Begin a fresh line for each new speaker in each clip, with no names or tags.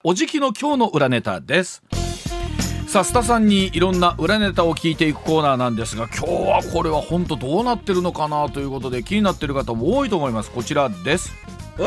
おじきの今日の裏ネタです。さあ須田さんにいろんな裏ネタを聞いていくコーナーなんですが、今日はこれは本当どうなってるのかなということで気になっている方も多いと思います。こちらです。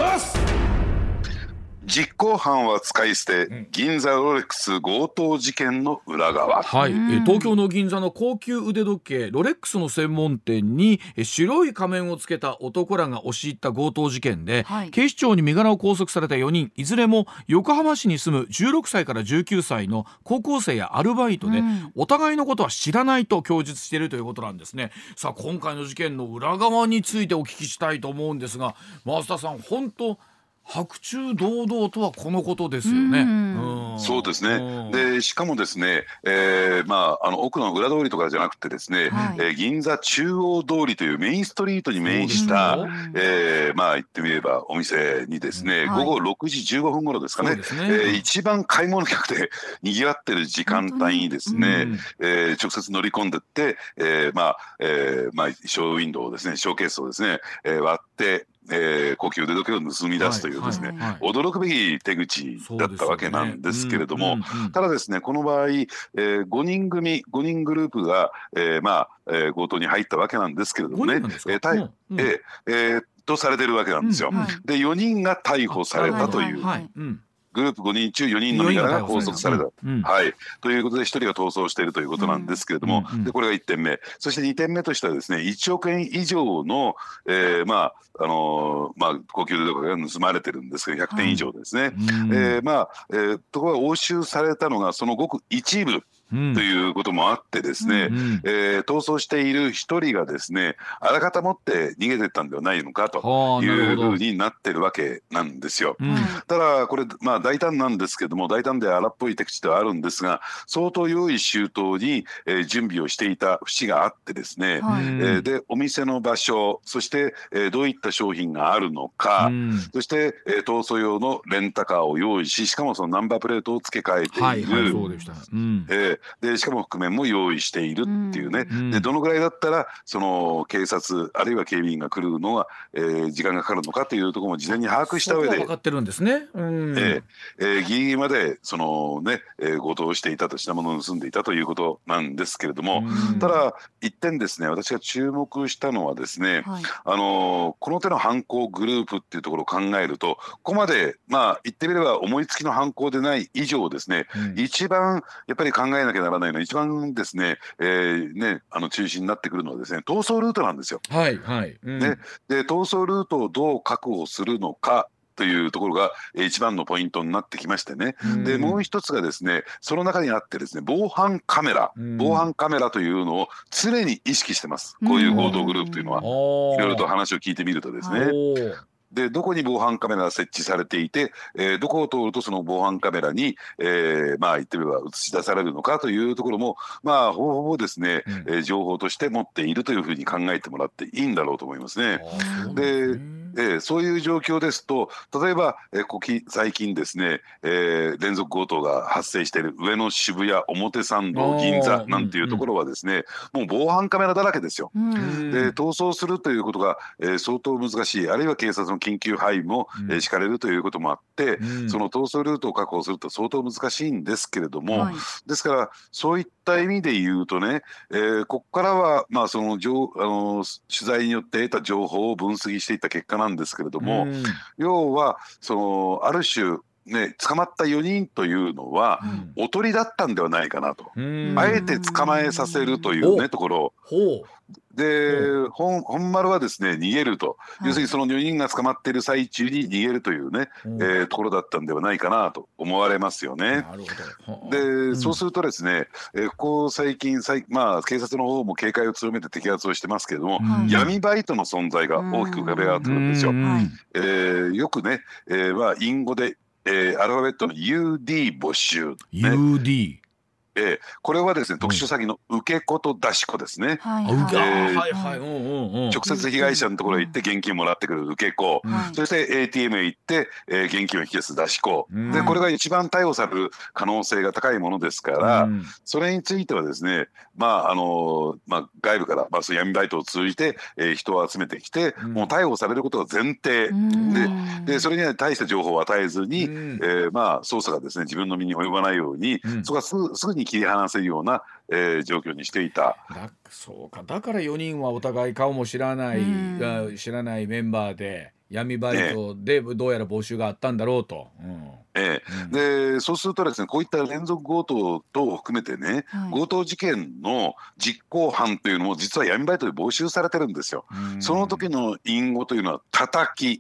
実行犯は使い捨て、銀座ロレックス強盗事件の裏側。
はい、東京の銀座の高級腕時計ロレックスの専門店に白い仮面をつけた男らが押し入った強盗事件で、警視庁に身柄を拘束された4人いずれも横浜市に住む16歳から19歳の高校生やアルバイトで、お互いのことは知らないと供述しているということなんですね。さあ今回の事件の裏側についてお聞きしたいと思うんですが、増田さん本当白昼堂々とはこのことですよね。
そうですね。でしかもですね、奥の裏通りとかじゃなくてですね、銀座中央通りというメインストリートに面した言ってみればお店にですね、午後6時15分頃ですかね、一番買い物客で賑わってる時間帯にですね、直接乗り込んでって、ショーウィンドウをですね、ショーケースをですね、割って高級腕時計を盗み出すというですね、驚くべき手口だったわけなんですけれども、ただですねこの場合、5人グループが、強盗に入ったわけなんですけれどもね、とされてるわけなんですよ。で4人が逮捕されたという。グループ5人中4人の身柄が拘束された、ということで1人が逃走しているということなんですけれども、でこれが1点目。そして2点目としてはですね、1億円以上の、高級腕時計が盗まれてるんですけど100点以上ですね。ところが押収されたのがそのごく一部ということもあってですね、逃走している一人がですねあらかた持って逃げてったんではないのかというふうになってるわけなんですよ。ただこれ大胆なんですけども、大胆で荒っぽい手口ではあるんですが、相当用意周到に、準備をしていた節があってですね、でお店の場所、そして、どういった商品があるのか、そして、逃走用のレンタカーを用意し、しかもそのナンバープレートを付け替えている、でしかも覆面も用意しているっていうね、でどのぐらいだったらその警察あるいは警備員が来るのは、時間がかかるのかというところも事前に把握した上で
分かってるんですね。
ギリギリまでそのね、強盗をしていたと、品物を盗んでいたということなんですけれども、ただ一点ですね、私が注目したのはですね、この手の犯行グループっていうところを考えると、ここまで言ってみれば思いつきの犯行でない以上ですね、一番やっぱり考えなきゃならないのは、一番ですね、中心になってくるのはですね、逃走ルートなんですよ。で逃走ルートをどう確保するのかというところが一番のポイントになってきましてね。でもう一つがですね、その中にあってですね、防犯カメラというのを常に意識してます、こういう強盗グループというのは。いろいろと話を聞いてみるとですね、でどこに防犯カメラが設置されていて、どこを通るとその防犯カメラに、言ってみれば映し出されるのかというところもほぼほぼですね、情報として持っているというふうに考えてもらっていいんだろうと思いますね。でそういう状況ですと、例えば、最近ですね、連続強盗が発生している上野、渋谷、表参道、銀座なんていうところはですね、もう防犯カメラだらけですよ。で逃走するということが、相当難しい、あるいは警察の緊急配備も、敷かれるということもあって、その逃走ルートを確保すると相当難しいんですけれども、ですからそういった意味で言うとね、ここからはその取材によって得た情報を分析していった結果なんですけれども、要はそのある種捕まった4人というのは、おとりだったんではないかなと、あえて捕まえさせるというところで、本丸はですね逃げると、要するにその4人が捕まっている最中に逃げるというね、ところだったんではないかなと思われますよね。でそうするとですね、ここ最近警察の方も警戒を強めて摘発をしてますけれども、闇バイトの存在が大きく浮かび上がってくるんですよ。よくね、隠語でアルファベットの UD 募集、
UD
これはですね特殊詐欺の受け子と出し子ですね。直接被害者のところへ行って現金もらってくる受け子、そして ATM へ行って、現金を引き出す出し子で、これが一番逮捕される可能性が高いものですから、それについてはですね、外部から、そういう闇バイトを通じて、人を集めてきて、もう逮捕されることが前提で、それには大した情報を与えずに、捜査がですね自分の身に及ばないように、そこはすぐに切り離せるような、状況にしていた。
そうか、だから4人はお互い顔も知らないメンバーで闇バイトでどうやら募集があったんだろうと。
でそうするとですね、こういった連続強盗等を含めてね、強盗事件の実行犯というのも実は闇バイトで募集されてるんですよ。その時の隠語というのは叩き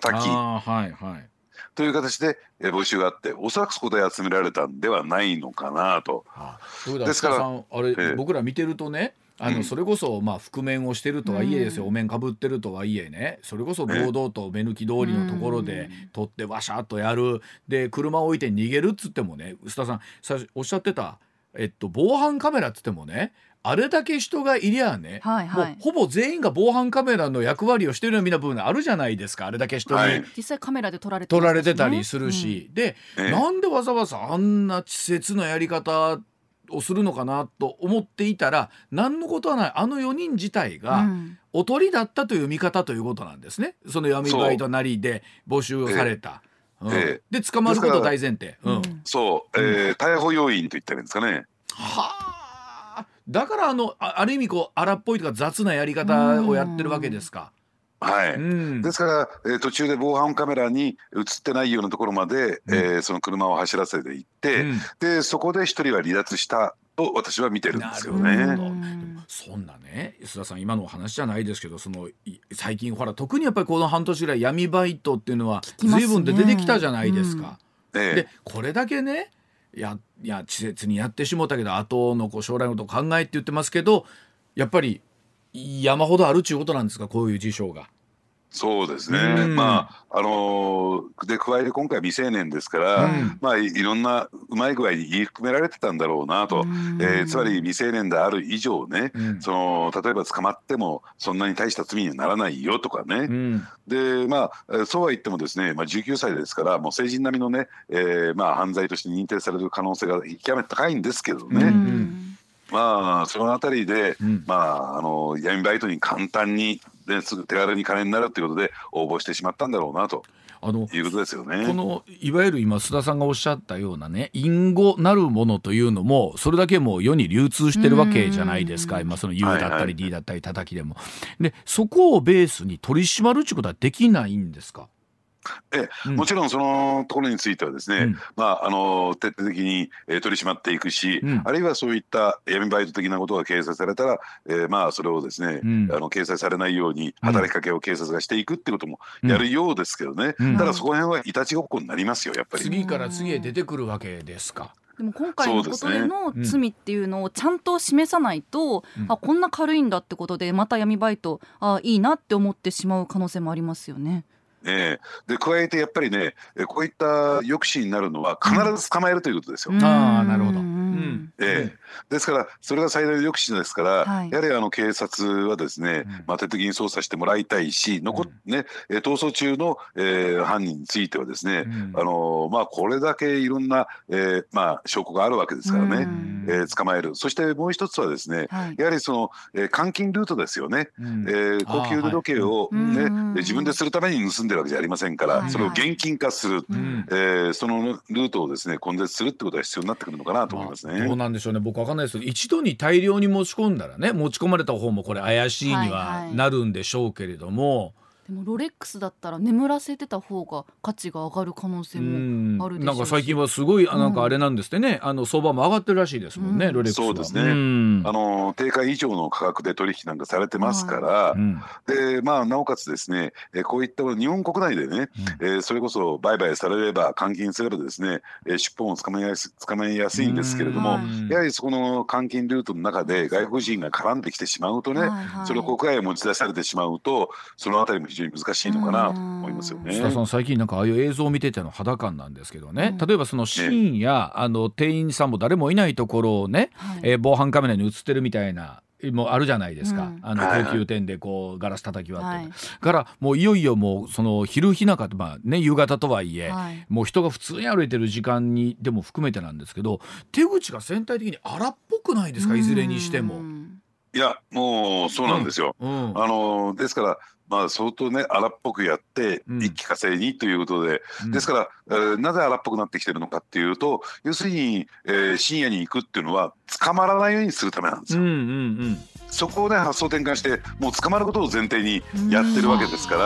という形で募集があって、おそらくそこで集められたんではないのかなと。
ですから僕ら見てるとね、それこそ覆面をしてるとはいえですよ、お面かぶってるとはいえね、それこそ堂々と目抜き通りのところで取ってワシャッとやる、で車を置いて逃げるっつってもね、臼田さん最初おっしゃってた、防犯カメラっつってもね、あれだけ人がいりゃね、もうほぼ全員が防犯カメラの役割をしているような部分あるじゃないですか。あれだけ人に、
実際カメラで撮られ
てたりするし、で、なんでわざわざあんな稚拙なやり方をするのかなと思っていたら、何のことはない、あの4人自体がおとりだったという見方ということなんですね。その闇バイトなりで募集をされた、で捕まること大前提、
逮捕要因と言ったらいいんですかね。
だからある意味荒っぽいとか雑なやり方をやってるわけですか。
ですから、途中で防犯カメラに映ってないようなところまで、その車を走らせていって、でそこで一人は離脱したと私は見てるんですよね。
そんなね、須田さん今のお話じゃないですけど、最近ほら特にやっぱりこの半年ぐらい闇バイトっていうのは随分出てきたじゃないですか。でこれだけね、稚拙にやってしもたけど後の将来のこと考えって言ってますけど、やっぱり山ほどあるっちゅうことなんですか、こういう事象が。
そうですね。で加えて今回未成年ですから、いろんなうまい具合に言い含められてたんだろうなと。つまり未成年である以上ね、例えば捕まってもそんなに大した罪にはならないよとかね。でそうは言ってもですね、19歳ですからもう成人並みのね、犯罪として認定される可能性が極めて高いんですけどね。そのあたりで、闇バイトに簡単にすぐ手軽に金になるということで応募してしまったんだろうなということですよね。
いわゆる今須田さんがおっしゃったようなね、隠語なるものというのもそれだけもう世に流通してるわけじゃないですか。今その U だったり D だったり叩きでも、でそこをベースに取り締まるっていうことはできないんですか。
もちろんそのところについてはですね、徹底的に取り締まっていくし、あるいはそういった闇バイト的なことが掲載されたら、それをですね、掲載されないように働きかけを警察がしていくってこともやるようですけどね、ただそこら辺はいたちごっこになりますよ、やっぱり。
次から次へ出てくるわけですか。
でも今回のことでの罪っていうのをちゃんと示さないと、こんな軽いんだってことでまた闇バイトいいなって思ってしまう可能性もありますよね。
で加えてやっぱりね、こういった抑止になるのは必ず捕まえるということですよ。
なるほど。
ですからそれが最大の抑止ですから、やはり警察はですね、徹底的に捜査してもらいたいし、逃走中の、犯人についてはですね、これだけいろんな、証拠があるわけですからね、捕まえる。そしてもう一つはですね、やはりその、換金ルートですよね。高級腕時計を、自分でするために盗んでるわけじゃありませんから、それを現金化する、そのルートをですね根絶するってことが必要になってくるのかなと思いますね。
どうなんでしょうね、僕わかんないですけど、一度に大量に持ち込んだらね、持ち込まれた方もこれ怪しいにはなるんでしょうけれども、
でもロレックスだったら眠らせてた方が価値が上がる可能性もあるでしょうし、
なんか最近はすごいなんかあれなんですってね、相場も上がってるらしいですもんね、ロレックスは。
そうですね、定価以上の価格で取引なんかされてますから、でなおかつですね、こういった日本国内でね、それこそ売買されれば換金すればですね、出本を捕まえやすいんですけれども、やはりそこの換金ルートの中で外国人が絡んできてしまうとね、それを国外へ持ち出されてしまうと、そのあたりも非非常に難しいのかなと思いますよね。
須田さん、最近なんかああいう映像を見てての肌感なんですけどね、例えばその深夜、店員さんも誰もいないところをね、防犯カメラに映ってるみたいなもうあるじゃないですか、高級店でこうガラス叩き割って、からもういよいよもうその昼日中、夕方とはいえ、もう人が普通に歩いてる時間にでも含めてなんですけど、手口が全体的に荒っぽくないですか、いずれにしても。
いやもうそうなんですよ、ですから相当ね荒っぽくやって一気呵成にということで、ですから、なぜ荒っぽくなってきてるのかっていうと、要するに、深夜に行くっていうのは捕まらないようにするためなんですよ。そこをね発想転換してもう捕まることを前提にやってるわけですから、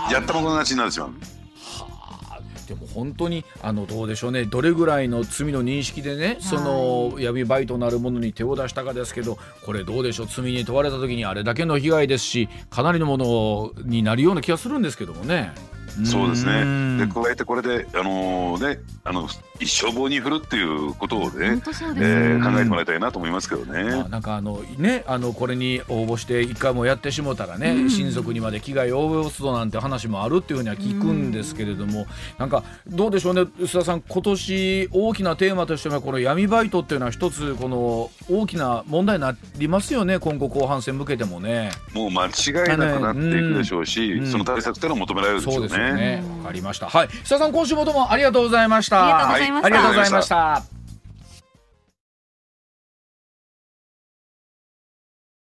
やったもの勝ちになってしまう。
でも本当にどうでしょうね、どれぐらいの罪の認識でね、その闇バイトなるものに手を出したかですけど、これどうでしょう、罪に問われた時にあれだけの被害ですし、かなりのものになるような気がするんですけどもね。
そうですね。で加えてこれで一生棒に振るっていうことをね、考えてもらいたいなと思いますけどね。
なんかこれに応募して一回もやってしもたらね、親族にまで危害を及ぼすとなんて話もあるっていうふうには聞くんですけれども、なんかどうでしょうね、須田さん、今年大きなテーマとしてはこの闇バイトっていうのは一つこの大きな問題になりますよね、今後後半戦向けてもね。
もう間違いなくなっていくでしょうし、その対策っていうのは求められるでしょうね。
わかりました。須田さん、今週もどうもありがとうございました。
ありがとうございました。
ありがとうございました。